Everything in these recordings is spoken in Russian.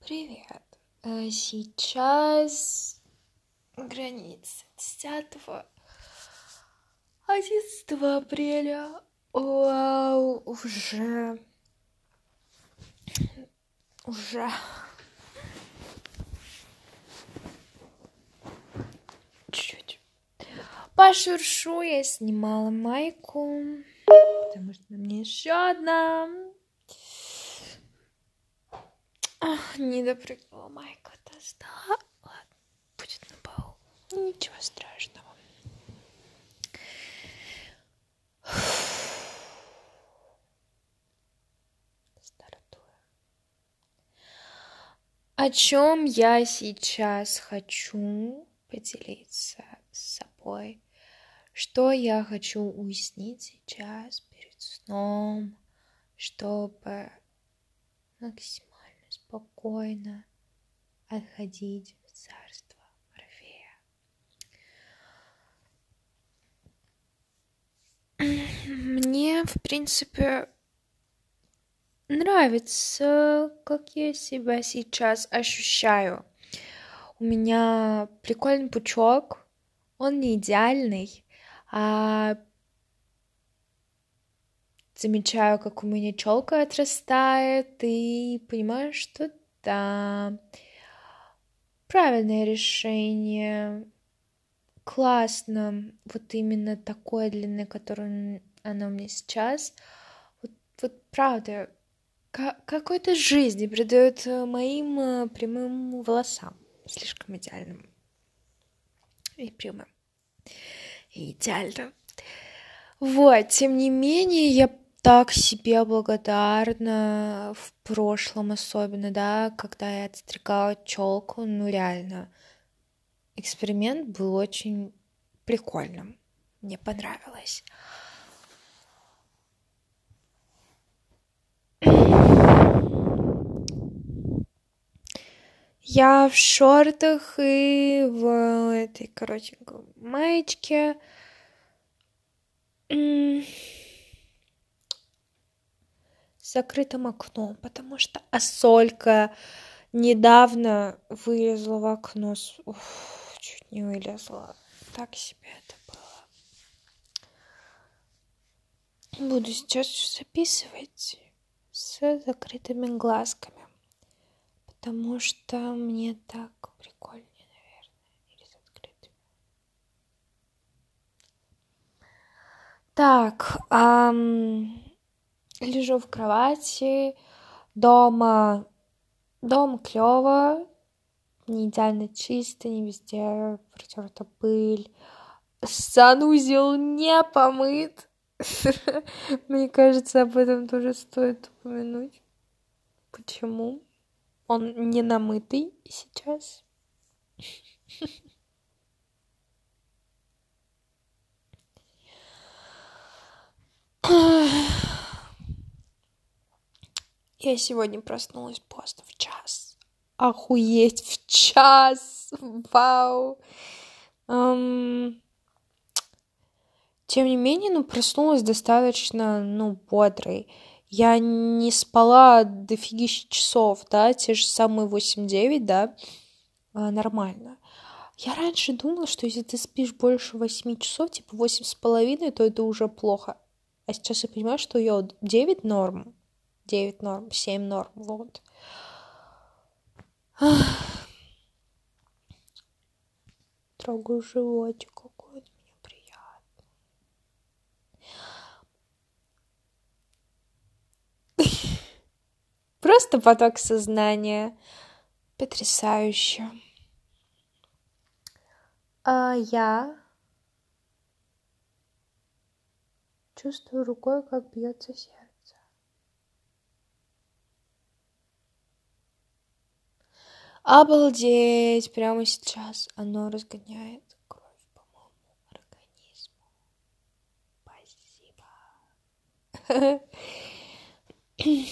Привет. Сейчас граница 10-11 апреля. Вау, уже чуть-чуть пошуршу. Я снимала майку, потому что на мне еще одна. Не допрыгнула майка, достала. Ладно, будет на полу. Ничего страшного. Стартуем. О чем я сейчас хочу поделиться с собой? Что я хочу уяснить сейчас перед сном, чтобы максимально спокойно отходить в царство Морфея. Мне, в принципе, нравится, как я себя сейчас ощущаю. У меня прикольный пучок, он не идеальный, а замечаю, как у меня челка отрастает, и понимаю, что да, правильное решение, классно, вот именно такой длины, которая она у меня сейчас, вот правда, какой-то жизни придает моим прямым волосам, слишком идеальным и прямым, и идеально. Вот, тем не менее, я так себе благодарна в прошлом особенно, да, когда я отстригала челку, ну реально, эксперимент был очень прикольным, мне понравилось. Я в шортах и в этой коротенькой маечке. С закрытым окном, потому что Ассолька недавно вылезла в окно. Чуть не вылезла. Так себе это было. Буду сейчас записывать с закрытыми глазками, потому что мне так прикольнее, наверное, или с открытыми. Так, лежу в кровати, дом клево, не идеально чисто, не везде протерта пыль, санузел не помыт. Мне кажется, об этом тоже стоит упомянуть. Почему он не намытый сейчас? Я сегодня проснулась просто в час. Охуеть, в час! Вау! Тем не менее, проснулась достаточно, бодрой. Я не спала дофигища часов, да, те же самые 8-9, да, нормально. Я раньше думала, что если ты спишь больше 8 часов, типа 8,5, то это уже плохо. А сейчас я понимаю, что 9 норм, 9 норм, 7 норм, вот. Трогаю животик, какой от меня приятный. Просто поток сознания. Потрясающе. Я чувствую рукой, как бьется сердце. Обалдеть! Прямо сейчас оно разгоняет кровь по моему организму. Спасибо.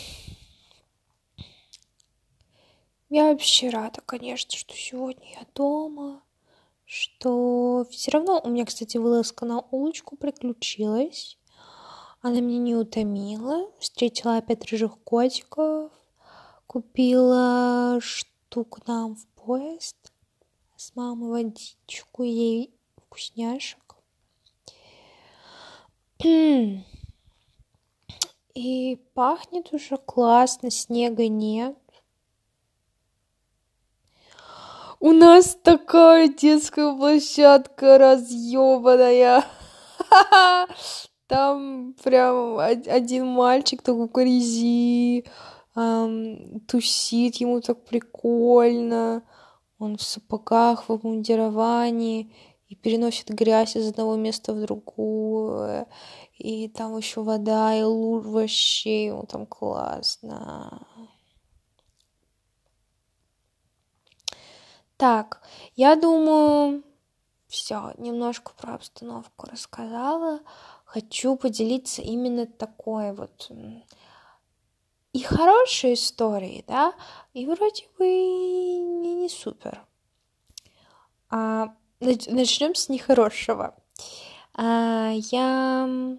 Я вообще рада, конечно, что сегодня я дома, что все равно у меня, кстати, вылазка на улочку приключилась. Она меня не утомила. Встретила опять рыжих котиков. Купила штук нам в поезд. С мамой водичку, ей вкусняшек. И пахнет уже классно, снега нет. У нас такая детская площадка разъебанная. Там прям один мальчик такой грязи, тусит, ему так прикольно. Он в сапогах, в обмундировании и переносит грязь из одного места в другое. И там еще вода и луж, вообще ему там классно. Так, я думаю, все, немножко про обстановку рассказала. Хочу поделиться именно такой вот и хорошей историей, да, и вроде бы не супер. Начнем с нехорошего. Я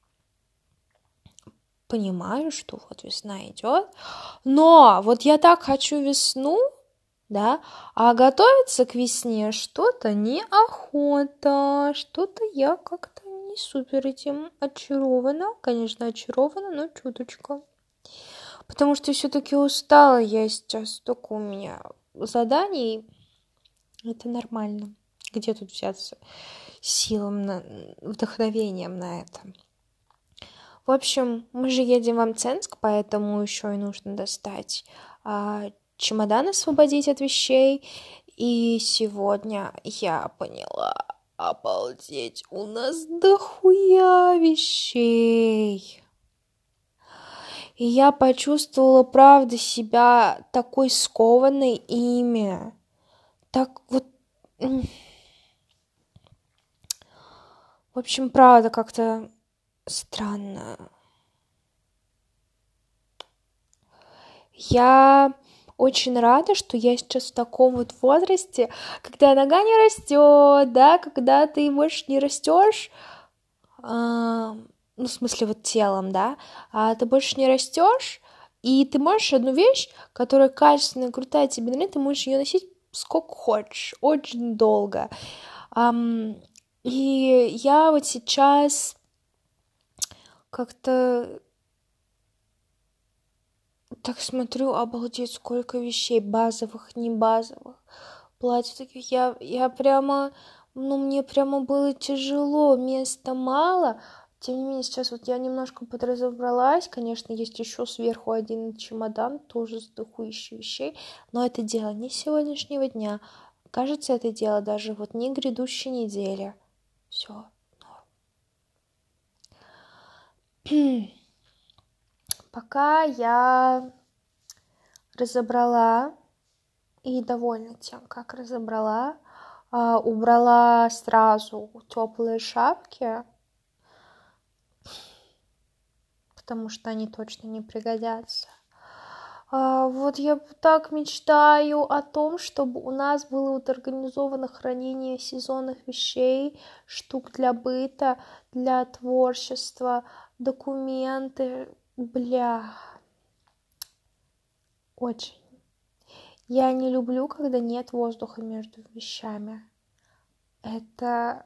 понимаю, что вот весна идет, но вот я так хочу весну, да, а готовиться к весне что-то неохота, что-то я как-то не супер этим очарована, конечно, очарована, но чуточку. Потому что все-таки устала я сейчас, столько у меня заданий, это нормально. Где тут взяться силам, вдохновением на это? В общем, мы же едем в Мценск, поэтому еще и нужно достать чемодан, освободить от вещей. И сегодня я поняла, обалдеть, у нас дохуя вещей. И я почувствовала, правда, себя такой скованной ими. Так вот... В общем, правда, как-то странно. Я очень рада, что я сейчас в таком вот возрасте, когда нога не растет, да, когда ты больше не растешь, ну, в смысле, вот телом, да, а ты больше не растешь, и ты можешь одну вещь, которая качественная, крутая тебе нравится, ты можешь ее носить сколько хочешь, очень долго. И я вот сейчас как-то так смотрю, обалдеть, сколько вещей, базовых, не базовых, платьев таких, я прямо, ну, мне прямо было тяжело, места мало, тем не менее, сейчас вот я немножко подразобралась, конечно, есть еще сверху один чемодан, тоже с дохуищей вещей, но это дело не сегодняшнего дня, кажется, это дело даже вот не грядущей недели, все. Пока я разобрала и довольна тем, как разобрала, убрала сразу теплые шапки, потому что они точно не пригодятся. Вот я так мечтаю о том, чтобы у нас было вот организовано хранение сезонных вещей, штук для быта, для творчества, документы, очень. Я не люблю, когда нет воздуха между вещами. Это...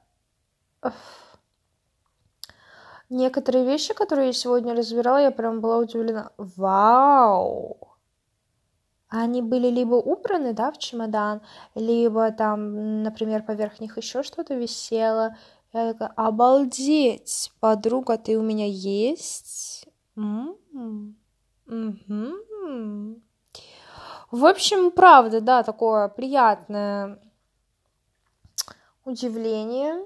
Некоторые вещи, которые я сегодня разбирала, я прям была удивлена. Вау! Они были либо убраны, да, в чемодан, либо там, например, поверх них еще что-то висело. Я такая, обалдеть, подруга, ты у меня есть? В общем, правда, да, такое приятное удивление.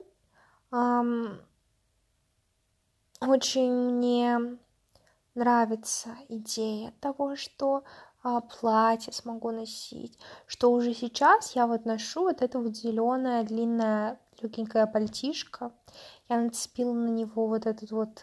Очень мне нравится идея того, что платье смогу носить, что уже сейчас я вот ношу вот это вот зеленое длинное легенькое пальтишко. Я нацепила на него вот этот вот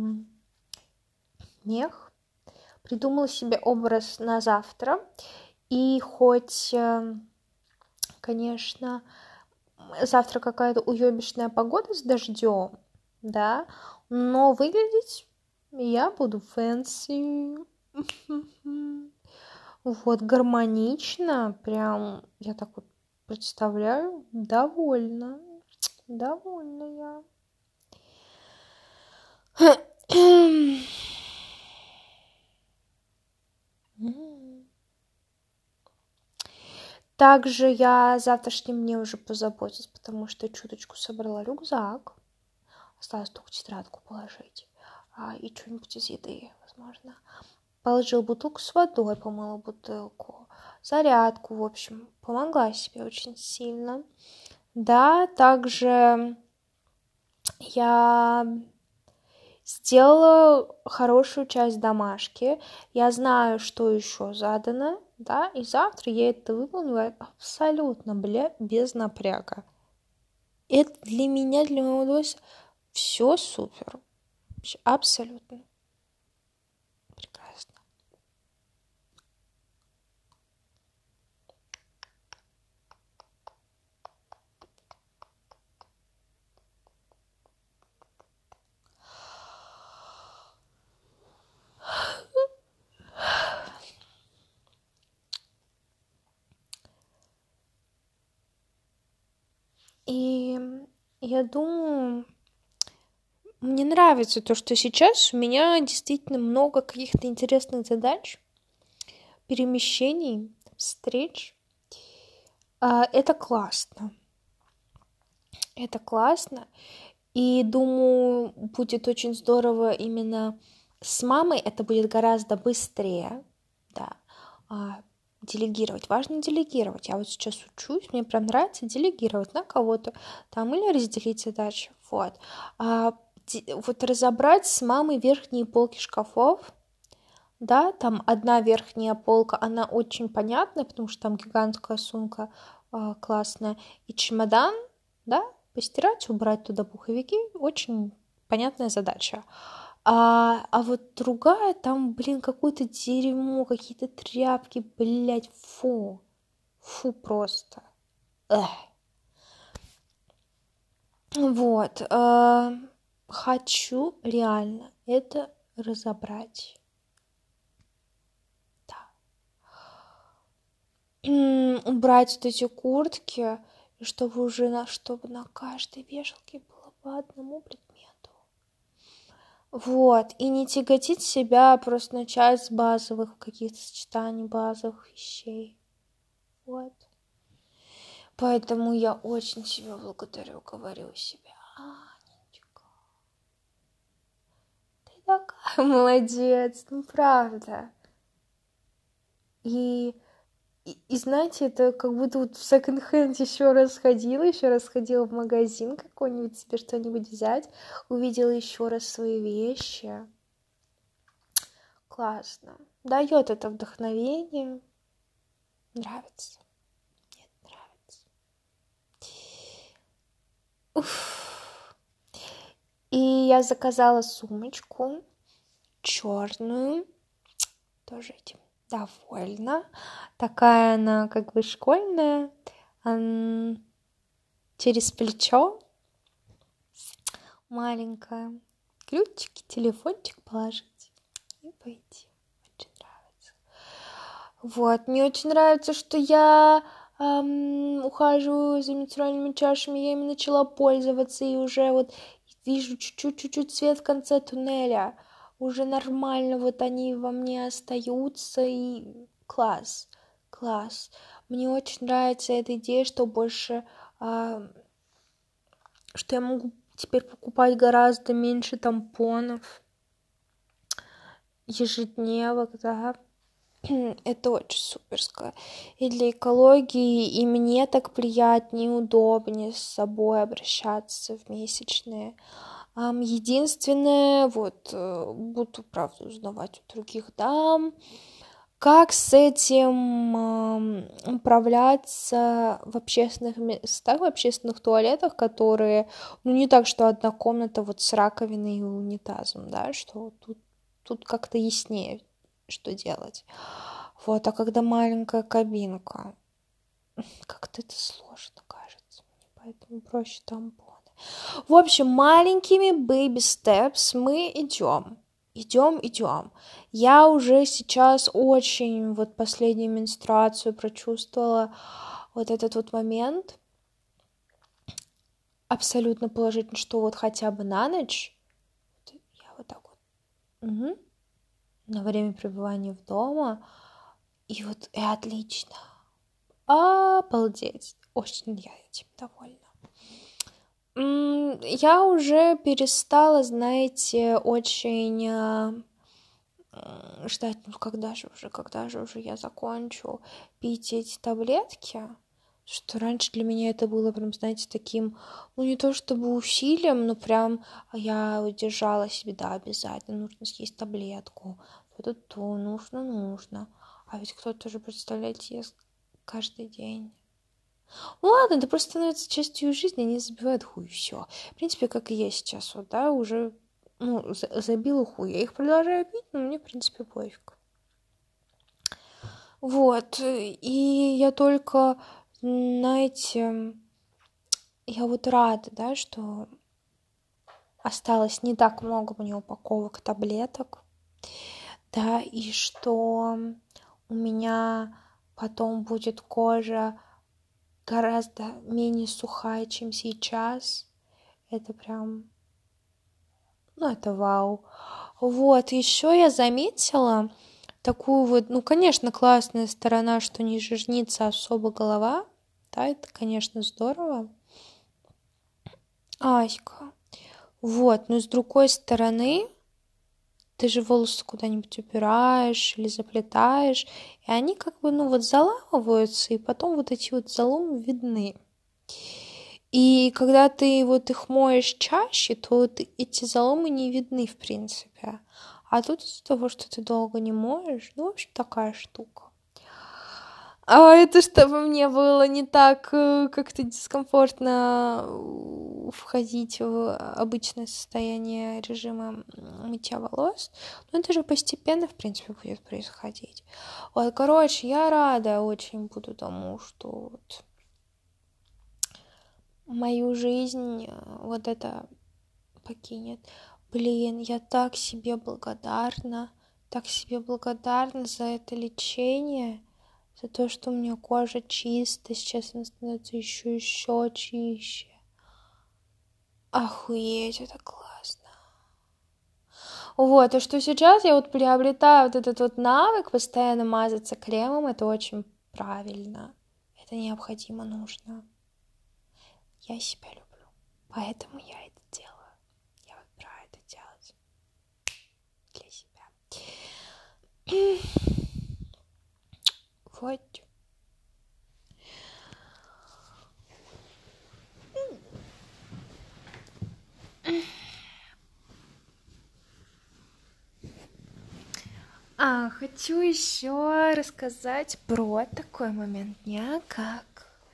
мех, придумала себе образ на завтра. И хоть, конечно, завтра какая-то уебищная погода с дождем, да, но выглядеть я буду фэнси. Вот, гармонично, прям, я так вот представляю, довольна, довольна я. Также я завтрашним днем уже позаботюсь, потому что чуточку собрала рюкзак. Осталось только тетрадку положить. И что-нибудь из еды, возможно. Положила бутылку с водой, помыла бутылку. Зарядку, в общем, помогла себе очень сильно. Да, также я сделала хорошую часть домашки. Я знаю, что еще задано, да, и завтра я это выполню абсолютно, без напряга. Это для меня, для моего удовольствия, все супер. Абсолютно. Прекрасно. И я думаю, мне нравится то, что сейчас у меня действительно много каких-то интересных задач, перемещений, встреч. Это классно. Это классно. И думаю, будет очень здорово именно с мамой. Это будет гораздо быстрее. Да. Делегировать. Важно делегировать. Я вот сейчас учусь, мне прям нравится делегировать на кого-то там или разделить задачи. Вот. Вот разобрать с мамой верхние полки шкафов. Да, там одна верхняя полка, она очень понятная, потому что там гигантская сумка классная. И чемодан, да, постирать, убрать туда пуховики, очень понятная задача. А вот другая, там, блин, какое-то дерьмо, какие-то тряпки, блядь, фу. Фу просто. Эх. Вот. Хочу реально это разобрать. Убрать вот эти куртки, и чтобы уже чтобы на каждой вешалке было по одному предмету. Вот, и не тяготить себя, просто начать с базовых каких-то сочетаний, базовых вещей. Вот. Поэтому я очень тебя благодарю, говорю себе. Анечка, ты такая молодец, ну правда. И знаете, это как будто вот в секонд-хенд еще раз ходила в магазин какой-нибудь, себе что-нибудь взять, увидела еще раз свои вещи. Классно. Дает это вдохновение. Нравится. Мне нравится. Уф. И я заказала сумочку черную, тоже этим довольна. Такая она как бы школьная, через плечо, маленькая. Ключики, телефончик положить и пойти. Очень нравится. Вот, мне очень нравится, что я ухаживаю за менструальными чашами, я ими начала пользоваться, и уже вот вижу чуть-чуть свет в конце туннеля. Уже нормально, вот они во мне остаются, и класс. Мне очень нравится эта идея, что больше, что я могу теперь покупать гораздо меньше тампонов, ежедневок, да. Это очень суперское. И для экологии, и мне так приятнее, удобнее с собой обращаться в месячные. Единственное, вот, буду, правда, узнавать у других дам, как с этим управляться в общественных местах, в общественных туалетах, которые, ну, не так, что одна комната вот с раковиной и унитазом, да, что тут как-то яснее, что делать. Вот, а когда маленькая кабинка, как-то это сложно, кажется мне, поэтому проще тампоны. В общем, маленькими baby steps мы идем. идем. Я уже сейчас очень вот последнюю менструацию прочувствовала вот этот вот момент абсолютно положительно, что вот хотя бы на ночь я вот так вот на время пребывания в дома, и вот и отлично. Обалдеть. Очень я этим довольна. Я уже перестала, знаете, очень ждать, ну когда же уже я закончу пить эти таблетки, что раньше для меня это было прям, знаете, таким, ну не то чтобы усилием, но прям я удержала себе, да, обязательно нужно съесть таблетку, то нужно, а ведь кто-то же, представляете, ест каждый день. Ну ладно, это просто становится частью жизни, они забивают хуй, все. В принципе, как и я сейчас, вот, да, уже, ну, забила хуй. Я их продолжаю пить, но мне, в принципе, пофиг. Вот, и я только, знаете, я вот рада, да, что осталось не так много мне упаковок таблеток, да, и что у меня потом будет кожа гораздо менее сухая, чем сейчас. Это прям, ну, это вау. Вот, еще я заметила такую вот, ну, конечно, классная сторона, что не жирнится особо голова. Да, это, конечно, здорово. Аська. Вот, но с другой стороны, ты же волосы куда-нибудь убираешь или заплетаешь, и они как бы, ну, вот заламываются, и потом вот эти вот заломы видны. И когда ты вот их моешь чаще, то вот эти заломы не видны, в принципе. А тут из-за того, что ты долго не моешь, ну, в общем, такая штука. А это чтобы мне было не так как-то дискомфортно входить в обычное состояние режима мытья волос. Но это же постепенно, в принципе, будет происходить. Вот, короче, я рада очень буду тому, что вот мою жизнь вот это покинет. Блин, я так себе благодарна за это лечение, за то, что у меня кожа чистая, сейчас она становится еще чище. Охуеть, это классно. Вот, и что сейчас я вот приобретаю вот этот вот навык постоянно мазаться кремом, это очень правильно. Это необходимо, нужно. Я себя люблю, поэтому я это делаю. Я выбираю это делать для себя. Вот. Хочу еще рассказать про такой момент дня, как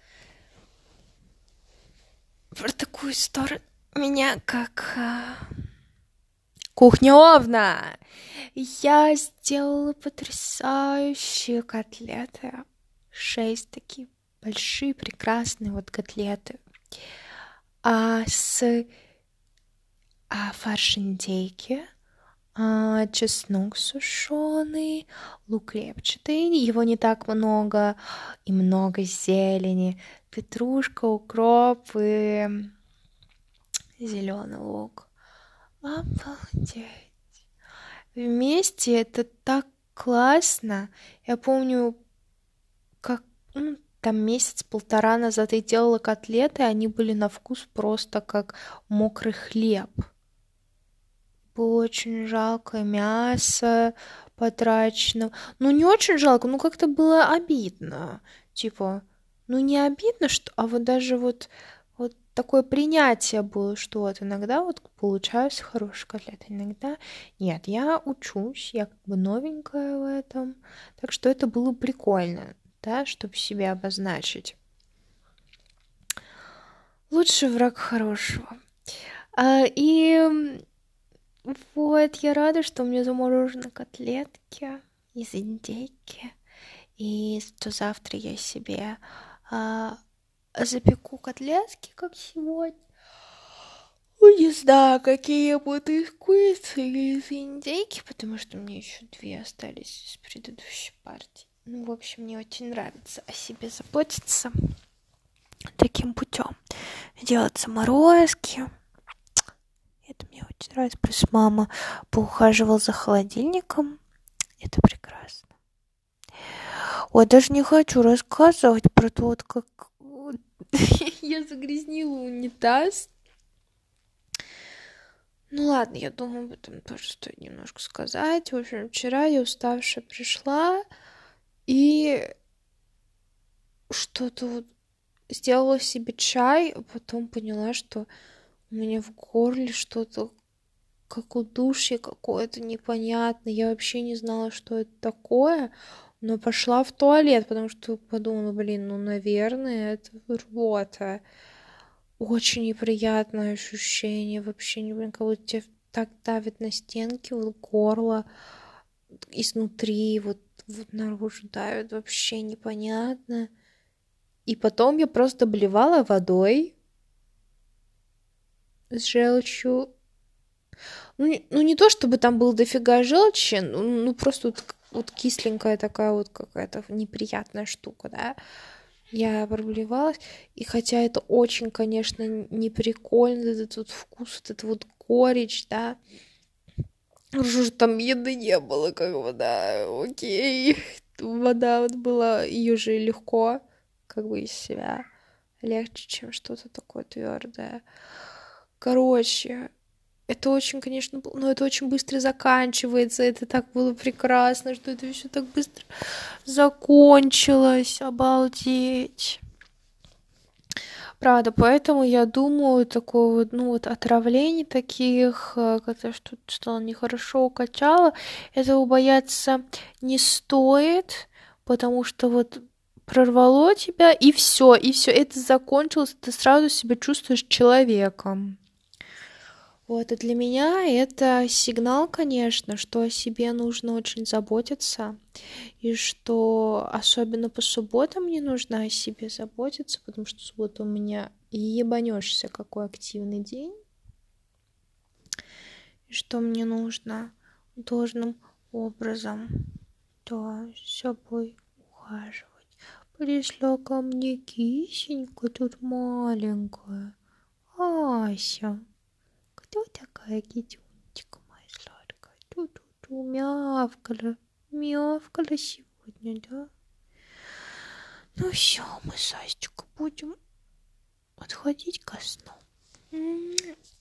про такую сторону меня, как кухня-овна. Я сделала потрясающие котлеты. 6 такие большие, прекрасные вот котлеты. С фарш индейки, чеснок сушеный, лук репчатый, его не так много, и много зелени, петрушка, укроп и зеленый лук. Обалдеть. Вместе это так классно. Я помню, как там месяц-полтора назад я делала котлеты, они были на вкус просто как мокрый хлеб. Было очень жалко мясо потрачено. Ну, не очень жалко, ну как-то было обидно. Типа, ну не обидно, что, а вот даже вот такое принятие было, что вот иногда вот получаются хорошие котлеты, иногда нет. Я учусь, я как бы новенькая в этом, так что это было прикольно, да, чтобы себя обозначить. Лучший враг хорошего. И вот, я рада, что у меня заморожены котлетки из индейки. И что завтра я себе запеку котлетки, как сегодня. Ну, не знаю, какие я буду из курицы или из индейки, потому что мне еще 2 остались из предыдущей партии. Ну, в общем, мне очень нравится о себе заботиться таким путем. Делать заморозки. Это мне очень нравится. Плюс мама поухаживала за холодильником. Это прекрасно. Ой, даже не хочу рассказывать про то, вот как я загрязнила унитаз. Ну ладно, я думаю, об этом тоже стоит немножко сказать. В общем, вчера я уставшая пришла и что-то вот сделала себе чай, а потом поняла, что у меня в горле что-то как удушье какое-то непонятное. Я вообще не знала, что это такое, но пошла в туалет, потому что подумала, блин, ну, наверное, это рвота. Очень неприятное ощущение, вообще не понимаю, как будто тебя так давит на стенки, вот горло изнутри, вот наружу давит, вообще непонятно. И потом я просто обливала водой с желчью. Ну, не то чтобы там было дофига желчи, ну просто вот кисленькая такая вот какая-то неприятная штука, да. Я проблевалась, и хотя это очень, конечно, не прикольно, этот вот вкус, вот эта вот горечь, да, хорошо, что там еды не было, как бы, да, окей, вода вот была, ее же легко, как бы из себя, легче, чем что-то такое твердое. Короче, это очень, конечно, но это очень быстро заканчивается, это так было прекрасно, что это все так быстро закончилось, обалдеть. Правда, поэтому я думаю, такое вот, ну вот отравлений таких, когда что-то стало нехорошо, укачало, этого бояться не стоит, потому что вот прорвало тебя, и все, это закончилось, ты сразу себя чувствуешь человеком. Вот, и для меня это сигнал, конечно, что о себе нужно очень заботиться, и что особенно по субботам мне нужно о себе заботиться, потому что суббота у меня ебанешься, какой активный день, и что мне нужно должным образом, да, с собой ухаживать. Пришла ко мне кисенька тут маленькая, Ася. Кто такая китюнечка моя сладкая? Ту-ту-ту, мявкала, мявкала сегодня, да? Ну все, мы с Асечкой будем отходить ко сну.